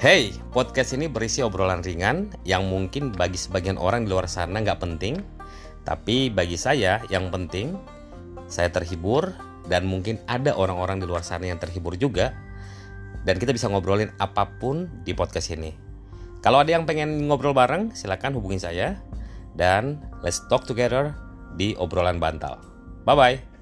Hey, podcast ini berisi obrolan ringan yang mungkin bagi sebagian orang di luar sana nggak penting, tapi bagi saya yang penting, saya terhibur dan mungkin ada orang-orang di luar sana yang terhibur juga, dan kita bisa ngobrolin apapun di podcast ini. Kalau ada yang pengen ngobrol bareng, silakan hubungin saya, dan let's talk together di obrolan bantal. Bye-bye.